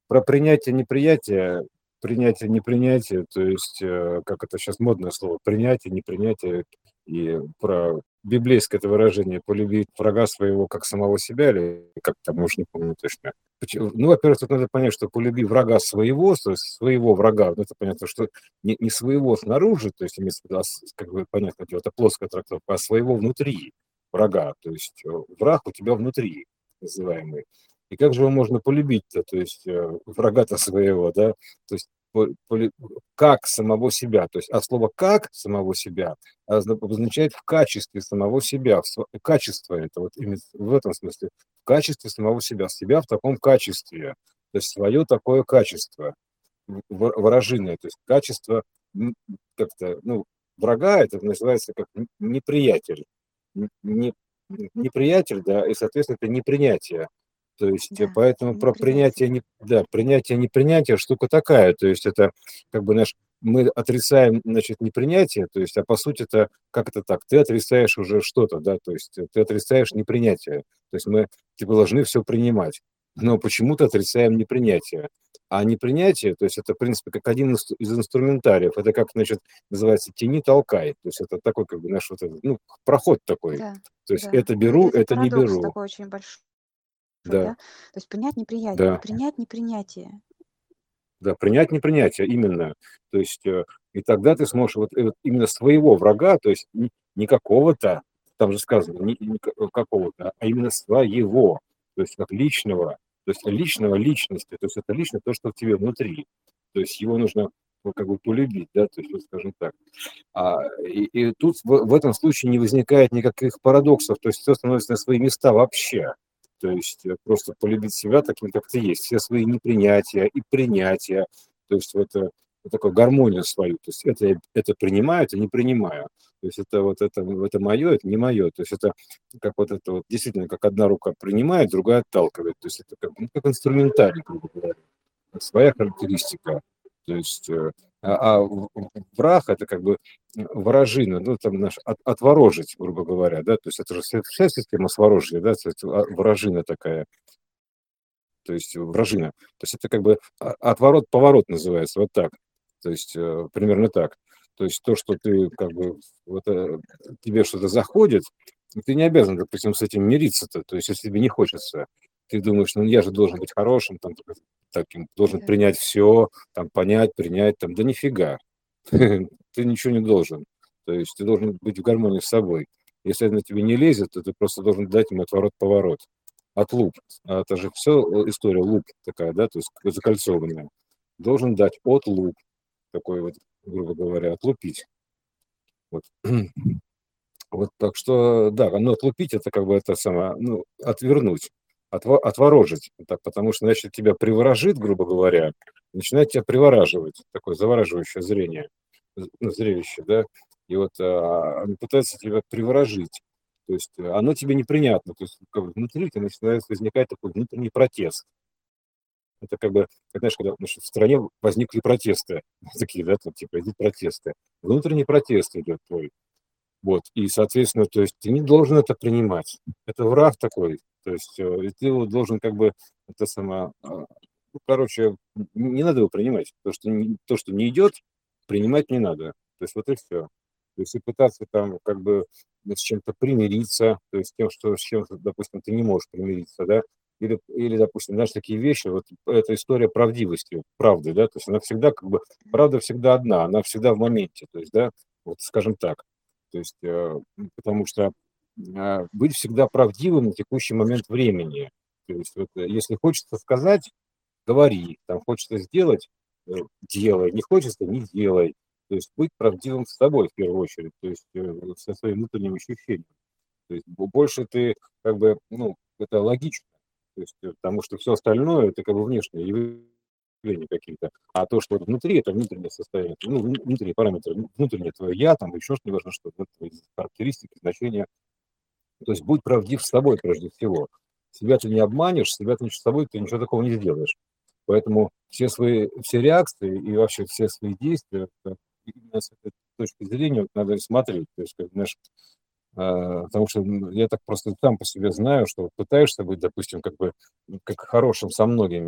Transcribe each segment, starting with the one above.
про принятие, непринятие, то есть, как это сейчас модное слово, принятие, непринятие, и про библейское это выражение «полюби врага своего, как самого себя», или как там, уж не помню точно. Ну, во-первых, тут надо понять, что полюби врага своего, то есть своего врага, ну, это понятно, что не своего снаружи, то есть имеется в виду, как бы понятно, это плоская трактовка, а своего внутри врага, то есть враг у тебя внутри, называемый. И как же его можно полюбить-то, то есть врага-то своего, да, то есть как самого себя, то есть, а слово «как» самого себя обозначает в качестве самого себя, качество это, вот именно в этом смысле, в качестве самого себя в таком качестве, то есть свое такое качество выраженное, то есть качество как-то, ну, врага, это называется как неприятель, не, неприятель, да, и, соответственно, это непринятие. То есть, Да, поэтому про принятие, неприятие. да, принятие, непринятие штука такая, то есть это как бы наш, мы отрицаем, значит, непринятие, то есть, а по сути это, как это так, ты отрицаешь уже что-то, да, то есть ты отрицаешь непринятие, то есть мы типа должны все принимать, но почему-то отрицаем непринятие. А непринятие, то есть это, в принципе, как один из инструментариев, это как, значит, называется «тяни, толкай», то есть это такой, как бы, наш вот этот, ну, проход такой, Да, то есть да. это Ну, вот беру, этот это не парадокс беру, такой очень большой, да, да? То есть принять неприятие, да, принять непринятие. да, принять непринятие, именно, то есть, и тогда ты сможешь вот именно своего врага, то есть не какого-то, там же сказано, не какого-то, а именно своего, то есть как личного, то есть личного личности, то есть это лично то, что в тебе внутри, то есть его нужно, ну, как бы полюбить, да, то есть, вот скажем так. И тут в этом случае не возникает никаких парадоксов, то есть все становится на свои места вообще. То есть просто полюбить себя таким, как ты есть, все свои непринятия и принятия, то есть вот такую гармонию свою, то есть это принимаю, это не принимаю, то есть это мое, это не мое, то есть это как вот это вот действительно как одна рука принимает, другая отталкивает, то есть это как, ну, как инструментарий, грубо говоря, своя характеристика, то есть враг это как бы вражина, ну, там наш отворожить, грубо говоря, да, то есть это же вся система сворожья, да, то есть вражина такая, то есть вражина, то есть это как бы отворот-поворот называется, вот так, то есть примерно так, то есть то, что ты как бы, вот, тебе что-то заходит, ты не обязан, допустим, с этим мириться-то, то есть если тебе не хочется, ты думаешь, ну я же должен быть хорошим, там, таким, должен Да. принять все, там, понять, принять, там, да нифига, ты ничего не должен. То есть ты должен быть в гармонии с собой. Если это на тебе не лезет, то ты просто должен дать ему отворот-поворот. От луп. А это же все история луп такая, да, то есть закольцованная. Должен дать от луп, такой вот, грубо говоря, отлупить. Вот. Вот так что, да, ну, отлупить это как бы это самое, ну, отвернуть, отворожить, так, потому что, значит, тебя приворожит, грубо говоря, начинает тебя привораживать, такое завораживающее зрение, ну, зрелище, да, и вот оно пытается тебя приворожить, то есть оно тебе неприятно, то есть как бы внутри у тебя начинает возникать такой внутренний протест. Это как бы, знаешь, когда значит, в стране возникли протесты, такие, да, там, типа, идут протесты. Внутренний протест идет твой, вот, и, соответственно, то есть ты не должен это принимать. Это враг такой. То есть и ты его должен как бы, это само, ну, короче, не надо его принимать. То, что не идет, принимать не надо. То есть вот и все. То есть и пытаться там как бы с чем-то примириться, то есть тем, что с чем-то, допустим, ты не можешь примириться, да, или, допустим, знаешь, такие вещи, вот эта история правдивости, правды, да, то есть она всегда как бы, правда всегда одна, она всегда в моменте, то есть, да, вот скажем так. То есть, потому что быть всегда правдивым на текущий момент времени. То есть, вот, если хочется сказать, говори. Там хочется сделать, делай. Не хочется, не делай. То есть быть правдивым с собой в первую очередь, то есть вот со своим внутренним ощущением. То есть больше ты как бы, ну, это логично. То есть, потому что все остальное это как бы внешнее явления какие-то. А то, что внутри, это внутреннее состояние, ну, внутренние параметры, внутреннее твое я, там еще что-то, неважно что, вот твои характеристики, значения. То есть будь правдив с собой прежде всего. Себя ты не обманешь, себя ты с собой ты ничего такого не сделаешь. Поэтому все реакции и вообще все свои действия, именно с этой точки зрения вот надо смотреть. То есть, как, знаешь, потому что я так просто сам по себе знаю, что вот пытаешься быть, допустим, как бы как хорошим со многими,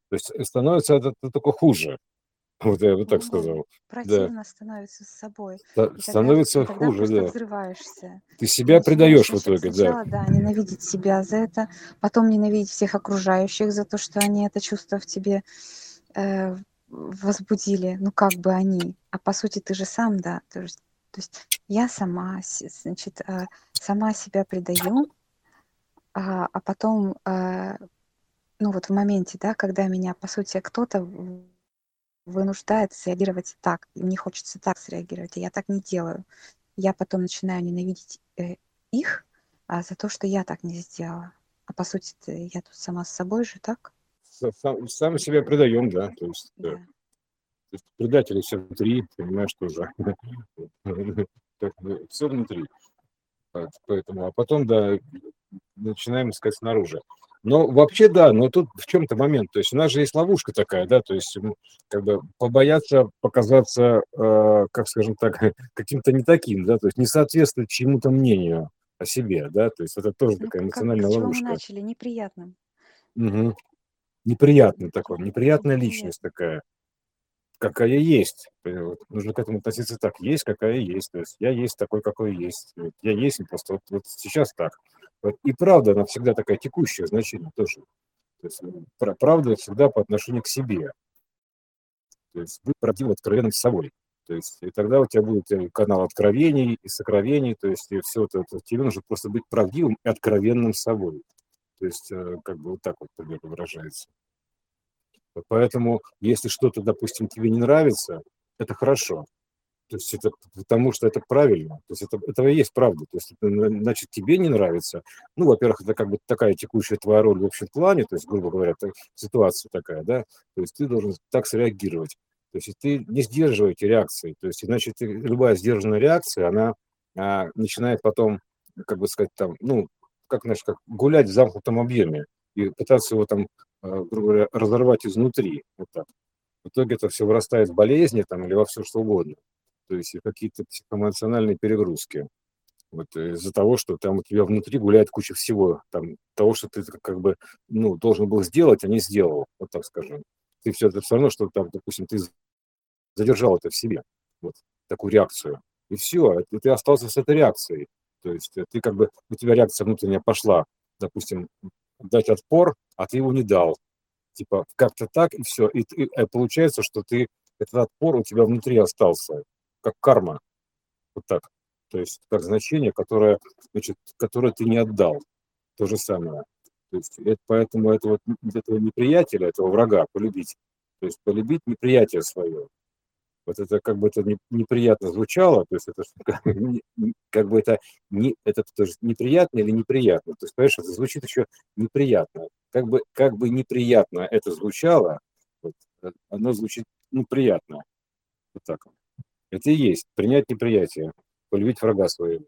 То есть становится это только хуже. Вот я бы так Ой, сказал. Да, противно становится с собой. И становится тогда хуже, просто да. взрываешься. Ты И себя начинаешь предаешь в начать итоге, да. сначала, да, ненавидеть себя за это, потом ненавидеть всех окружающих за то, что они это чувство в тебе э, возбудили. Ну, как бы они. А по сути, ты же сам, да. То есть я сама, значит, сама себя предаю, а потом, ну, вот в моменте, да, когда меня, по сути, кто-то вынуждает среагировать так. И мне хочется так среагировать, а я так не делаю. Я потом начинаю ненавидеть их за то, что я так не сделала. А по сути, я тут сама с собой же, так? Сами себя предаем, да. То Да. есть предатели все внутри, понимаешь, тоже. Все внутри. Поэтому, а потом, да, начинаем искать снаружи. Но вообще, да, но тут в чем-то момент. То есть у нас же есть ловушка такая, да, то есть как бы побояться показаться, как скажем так, каким-то не таким, да, то есть не соответствовать чьему-то мнению о себе, да, то есть это тоже Ну, такая как, эмоциональная с чего мы ловушка. начали? Неприятным. Мгм. Неприятный такой, Неприятно, неприятная личность неприятно. такая, какая есть. Вот нужно к этому относиться так, есть какая есть. То есть я есть такой, какой есть. Вот я есть просто вот сейчас так. Вот. И правда, она всегда такая текущее значение тоже. То есть правда всегда по отношению к себе. То есть быть правдивым, откровенным с собой. То есть и тогда у тебя будет канал откровений и сокровений, то есть и все это, тебе нужно просто быть правдивым и откровенным с собой. То есть как бы вот так вот примерно выражается. Вот поэтому, если что-то, допустим, тебе не нравится, это хорошо. То есть это потому, что это правильно. То есть это и есть правда. То есть это, значит, тебе не нравится. Ну, во-первых, это как бы такая текущая твоя роль в общем плане, то есть, грубо говоря, ситуация такая, да, то есть ты должен так среагировать. То есть и ты не сдерживай эти реакции. То есть иначе любая сдержанная реакция, она начинает потом, как бы сказать, там, ну, как, знаешь, как гулять в замкнутом объеме и пытаться его там, грубо говоря, разорвать изнутри. Вот так. В итоге это все вырастает в болезни там, или во все что угодно. То есть и какие-то психоэмоциональные перегрузки. Вот из-за того, что там у тебя внутри гуляет куча всего, там, того, что ты как бы, ну, должен был сделать, а не сделал, вот так скажем. Ты все равно, что там, допустим, ты задержал это в себе, вот, такую реакцию. И все, и ты остался с этой реакцией. То есть ты как бы, у тебя реакция внутренняя пошла, допустим, дать отпор, а ты его не дал. Типа как-то так, и все. Получается, что этот отпор у тебя внутри остался, как карма. Вот так. То есть как значение, которое, значит, которое ты не отдал. То же самое. То есть поэтому этого неприятеля, этого врага полюбить. То есть полюбить неприятие свое. Вот это как бы это неприятно звучало, то есть это как бы это это тоже неприятно или неприятно. То есть, понимаешь, это звучит еще неприятно. Как бы неприятно это звучало, вот, оно звучит, ну, приятно. Вот так вот. Это и есть принять неприятие, полюбить врага своего,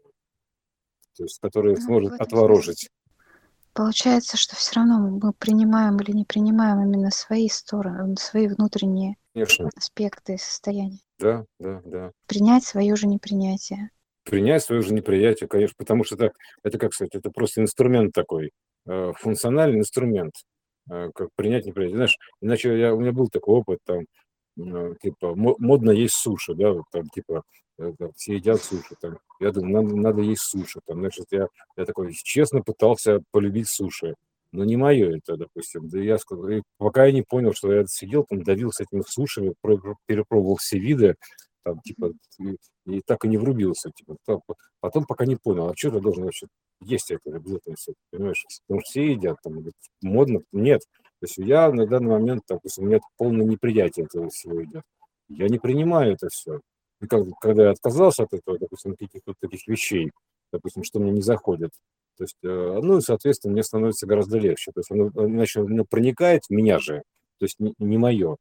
то есть который Ну, в сможет этом смысле отворожить. получается, что все равно мы принимаем или не принимаем именно свои стороны, свои внутренние Конечно, аспекты состояния. да, да, да. Принять свое же непринятие. Принять свое же неприятие, конечно, потому что это как сказать, это просто инструмент такой, функциональный инструмент, как принять неприятие. Знаешь, иначе у меня был такой опыт, там, типа, модно есть суши, да, вот там, типа, там все едят суши, там, я думаю, надо есть суши, там, значит, я такой честно пытался полюбить суши, но не мое это, допустим, да я сказал, и пока я не понял, что я сидел, там, давился этими сушами, перепробовал все виды, там, типа, и так и не врубился, типа, потом пока не понял, а что я должен вообще есть это обязательно все, понимаешь, потому что все едят, там, говорит, модно, нет, то есть я на данный момент, допустим, у меня полное неприятие этого всего идет, я не принимаю это все, и когда я отказался от этого, допустим, каких-то таких вещей, допустим, что мне не заходит, то есть, ну, и, соответственно, мне становится гораздо легче, то есть оно, иначе оно проникает в меня же, то есть не мое,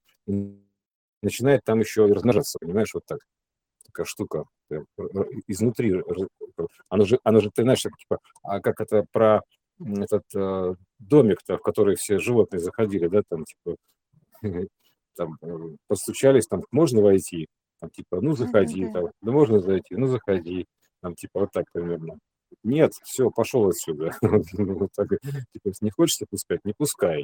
начинает там еще и размножаться, понимаешь, вот так такая штука изнутри. Оно же, ты знаешь, типа, а как это про этот домик-то, в который все животные заходили, да, там, типа, там, постучались, там, можно войти? Там, типа, ну, Да, да, заходи, да. там, да можно зайти, ну, заходи, там, типа, вот так примерно. Нет, все, пошел отсюда. Вот так, типа, не хочешь пускать, не пускай.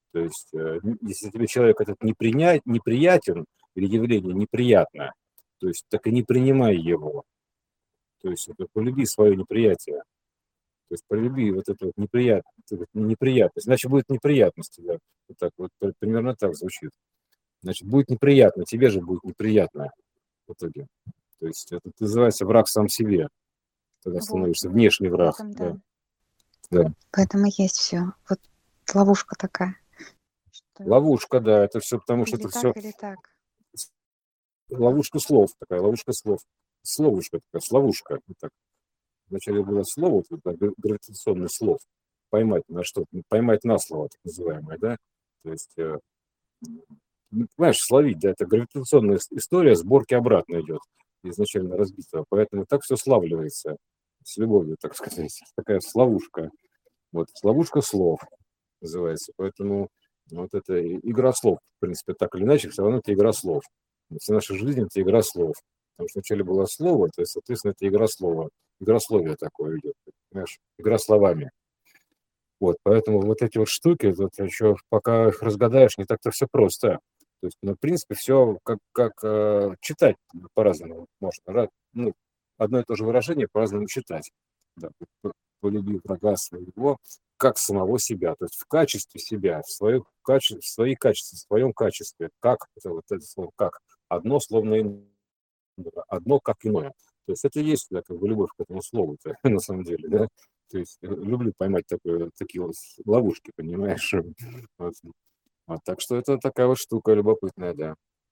То есть, если тебе человек этот неприятен или явление неприятно, то есть так и не принимай его. То есть это полюби свое неприятие. То есть полюби вот эту вот неприятность. Значит, будет неприятность. Да. Вот так вот, примерно так звучит. Значит, будет неприятно, тебе же будет неприятно в итоге. То есть это называется враг сам себе, когда Вот, становишься вот, внешний в враг. этом, Да, да. да. В этом и есть все. Вот ловушка такая, что Ловушка, да, это все потому, что это все или так. ловушка слов, такая ловушка слов. Словушка такая, словушка. Вот так. Вначале было слово, вот, гравитационное слов. Поймать на что? Поймать на слово, так называемое, да? То есть, ну, понимаешь, словить, да, это гравитационная история, сборки обратно идет, изначально разбитого. Поэтому так все славливается с любовью, так сказать. Такая словушка. Вот, словушка слов называется. Поэтому вот это игра слов, в принципе, так или иначе, все равно это игра слов. Вся наша жизнь – это игра слов. Потому что вначале было слово, то есть, соответственно, это игра слова. Игрословие такое идет, понимаешь? Игра словами. Вот, поэтому вот эти вот штуки, вот еще пока их разгадаешь, не так-то все просто. То есть, ну, в принципе, все как читать по-разному можно. Ну, одно и то же выражение по-разному читать. Да, полюби врага своего, как самого себя, то есть в качестве себя, в свои качества, в своем качестве, как, это слово как, одно словно одно как иное. То есть это и есть, да, как бы любовь к этому слову на самом деле, да. То есть люблю поймать такие вот ловушки, понимаешь. Вот. Так что это такая вот штука любопытная, да,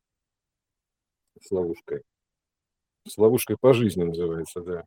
с ловушкой. С ловушкой по жизни называется, да.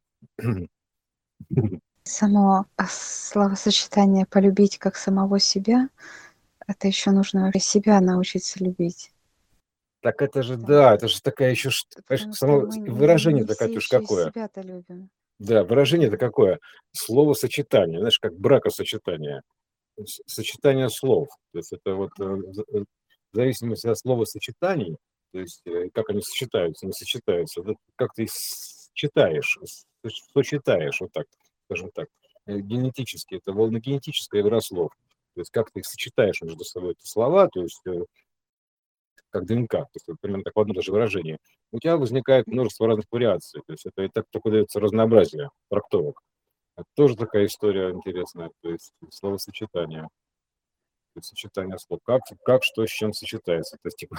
Само словосочетание «полюбить как самого себя» — это еще нужно вообще себя научиться любить. Так это же, Потому да, что это же такая еще, понимаешь, потому что само мы не выражение-то, все Катюш, еще и какое? себя-то любим. Да, выражение-то Да. какое? Словосочетание, знаешь, как бракосочетание. Сочетание слов. То есть это вот в зависимости от словосочетаний, то есть как они сочетаются, не сочетаются, да, как ты их читаешь, сочетаешь, вот так, скажем так. Генетически, это волногенетическая игра слов. То есть как ты их сочетаешь между собой, эти слова, то есть как ДНК, то есть вот примерно так в одно даже выражение. У тебя возникает множество разных вариаций, то есть это и так только дается разнообразие трактовок. Это тоже такая история интересная, то есть словосочетание. Сочетание слов. Как что с чем сочетается. То есть, типа,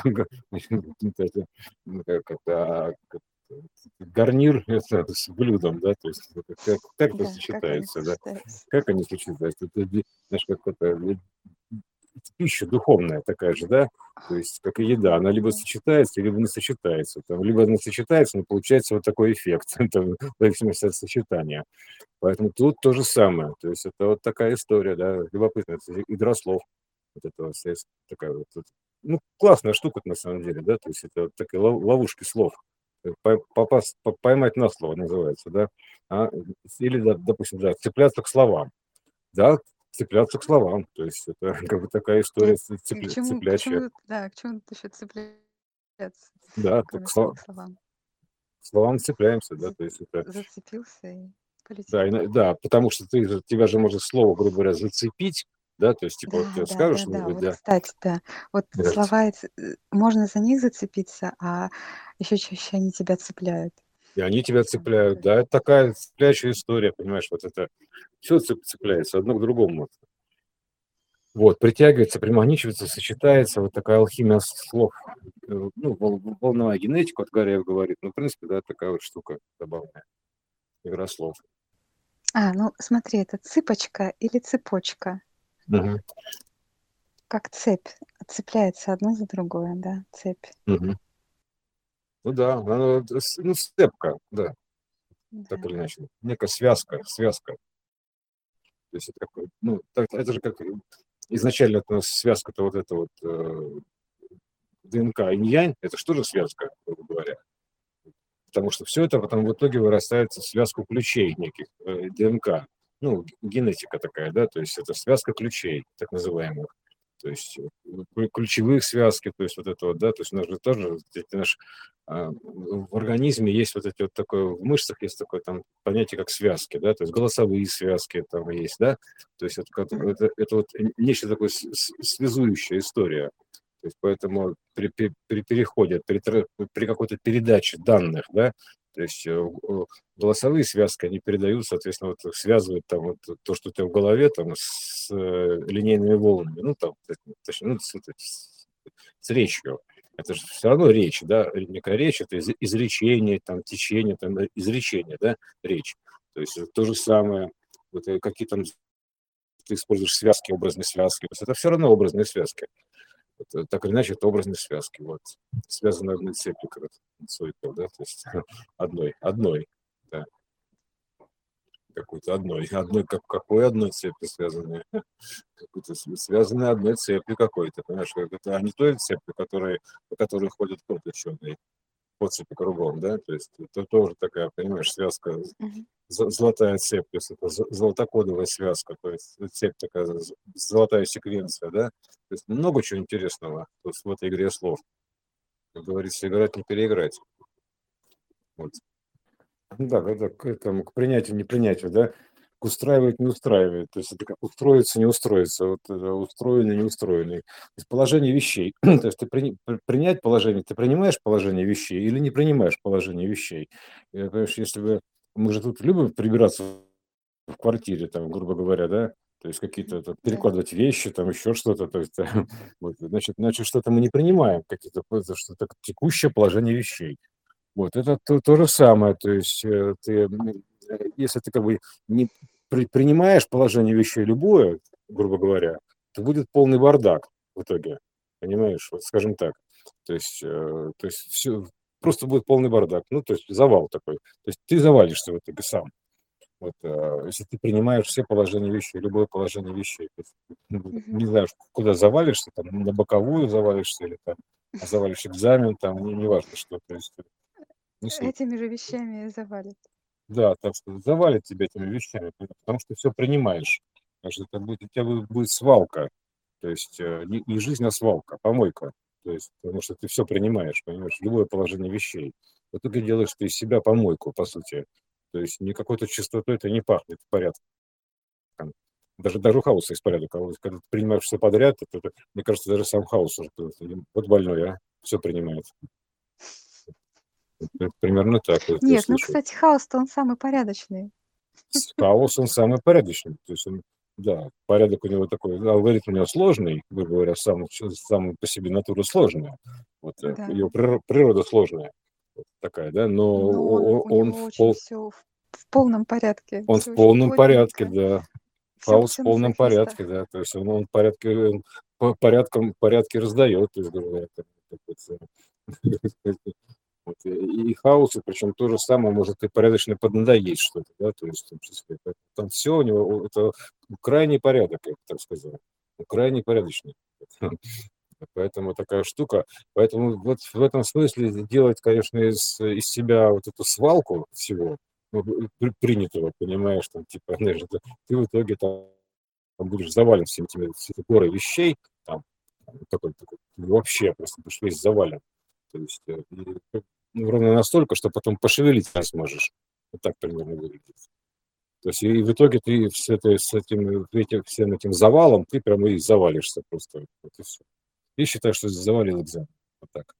гарнир это с блюдом, да, то есть как это Да, как они сочетается, да, сочетаются. как они сочетаются. Это, знаешь, как это пища духовная такая же, да, то есть как и еда, Да, она либо да. сочетается, либо не сочетается. Там, либо она сочетается, но получается вот такой эффект, там, в зависимости от сочетания. Поэтому тут то же самое. То есть это вот такая история, да, любопытная, это игра слов. Вот это вот такая вот, ну, классная штука на самом деле, да, то есть это вот такие ловушки слов. Поймать на слово называется, да. Или, да, допустим, да, цепляться к словам. Да, цепляться к словам. То есть это как бы такая история И к цеплячая. чему, да, к чему тут еще цепляться, Да, так кроме как к словам? к словам цепляемся, да, За- то есть это, Зацепился и да, полетел. да, потому что тебя же может слово, грубо говоря, зацепить, да, то есть, типа, вот Да, ты да, скажешь да, да. что-нибудь, Вот, да, кстати, да. Вот да, слова, можно за них зацепиться, а еще чаще они тебя цепляют. и они тебя Прям цепляют, так. да, это такая цепляющая история, понимаешь, вот это все цепляется одно к другому. Вот, притягивается, примагничивается, сочетается, вот такая алхимия слов, ну, волновая генетика, вот Гарри говорит, ну, в принципе, да, такая вот штука забавная, игра слов. Ну смотри, это цыпочка или цепочка? Мгм, Как цепь. Цепляется одно за другое, да, цепь. мгм. Ну да, оно, ну, сцепка, да, так Да. или иначе, некая связка. То есть это, ну, это же как изначально это у нас связка-то вот эта вот ДНК инь-янь, это что же связка, грубо говоря? Потому что все это потом в итоге вырастает в связку ключей неких, ДНК. Ну, генетика такая, да, то есть это связка ключей, так называемых. То есть ключевых связки, то есть вот это вот, да, то есть у нас же тоже в организме есть вот эти вот такое, в мышцах есть такое там понятие, как связки, да, то есть голосовые связки там есть, да, то есть это вот нечто такое связующая история. То есть поэтому при переходе, при какой-то передаче данных, да, то есть голосовые связки, они передают, соответственно, вот связывают там вот то, что у тебя в голове, там, с линейными волнами, ну, там, точнее, ну, с речью. Это же все равно речь, да, некая речь, это изречение, там, течение, там, изречение, да, речь. То есть то же самое, вот, какие там ты используешь связки, образные связки, то есть это все равно образные связки. Это, так или иначе, это образные связки, вот, связаны одной цепью, как это да, то есть одной, да, какой-то одной, какой одной цепью связаны, какой-то связаны одной цепью какой-то, понимаешь, а не той цепью, по которой ходят кот ученый, по цепи кругом, да, то есть это тоже такая, понимаешь, связка, Мгм. золотая цепь, то есть это золотокодовая связка, то есть цепь такая, золотая секвенция, да, то есть много чего интересного то есть в этой игре слов. Как говорится, играть не переиграть. Вот. Ну да, это к этому, к принятию, непринятию, да, к устраивает, не устраивает. То есть это как устроиться, не устроиться, вот устроенный, не устроенный. То есть положение вещей. То есть ты принять положение, ты принимаешь положение вещей или не принимаешь положение вещей. Понимаешь, если бы мы же тут любим прибираться в квартире, там, грубо говоря, да, то есть какие-то Да. перекладывать вещи, там еще что-то, то есть, вот, значит, что-то мы не принимаем, какие-то, что-то текущее положение вещей. Вот, это то же самое. То есть, если ты как бы не принимаешь положение вещей любое, грубо говоря, то будет полный бардак в итоге. Понимаешь? Вот скажем так. То есть все просто будет полный бардак. Ну, то есть завал такой. То есть ты завалишься в итоге сам. Вот, если ты принимаешь все положения вещей, любое положение вещей. То есть, Мгм. не знаю, куда завалишься, там, на боковую завалишься или там завалишь экзамен, там, неважно что. То есть, не суть. Этими же вещами завалит. Да, так что завалит тебя этими вещами, потому что все принимаешь. Потому что это будет, у тебя будет свалка. То есть не жизнь, а свалка, помойка. То есть, потому что ты все принимаешь, понимаешь, любое положение вещей. Вот ты делаешь ты из себя помойку, по сути. То есть никакой-то чистотой это не пахнет порядком. Даже у хаоса есть порядок. А вот когда ты принимаешь все подряд, мне кажется, даже сам хаос уже вот больной, все принимает. Это примерно так вот я Нет, ну, слышу. кстати, хаос-то он самый порядочный. Хаос, он самый порядочный. То есть он, да, порядок у него такой, да, алгоритм у него сложный, грубо говоря, сам по себе натура сложная. Вот, Да. его природа сложная вот такая, да, но Но он у него очень все в полном порядке, он в все очень полном порядке, плотненько, да. все Хаос в всё на полном своих местах. порядке, да. То есть он в порядке, порядке раздает, то есть, грубо говоря, так вот, вот, и хаосу, причем то же самое может и порядочно поднадоесть что-то, да, то есть в том числе. Там все у него, это крайний порядок, я бы так сказал. Крайне порядочный. Поэтому такая штука. Поэтому вот в этом смысле делать, конечно, из себя вот эту свалку всего, ну, принятого, понимаешь, там, типа, знаешь, ты в итоге там будешь завален всей этой горой вещей, там, такой, вообще просто будешь весь завален. То есть, ровно настолько, что потом пошевелить не сможешь. Вот так примерно выглядит. То есть и в итоге ты всем этим завалом ты прямо и завалишься просто. Вот и всё. И считай, что завалил экзамен. Вот так.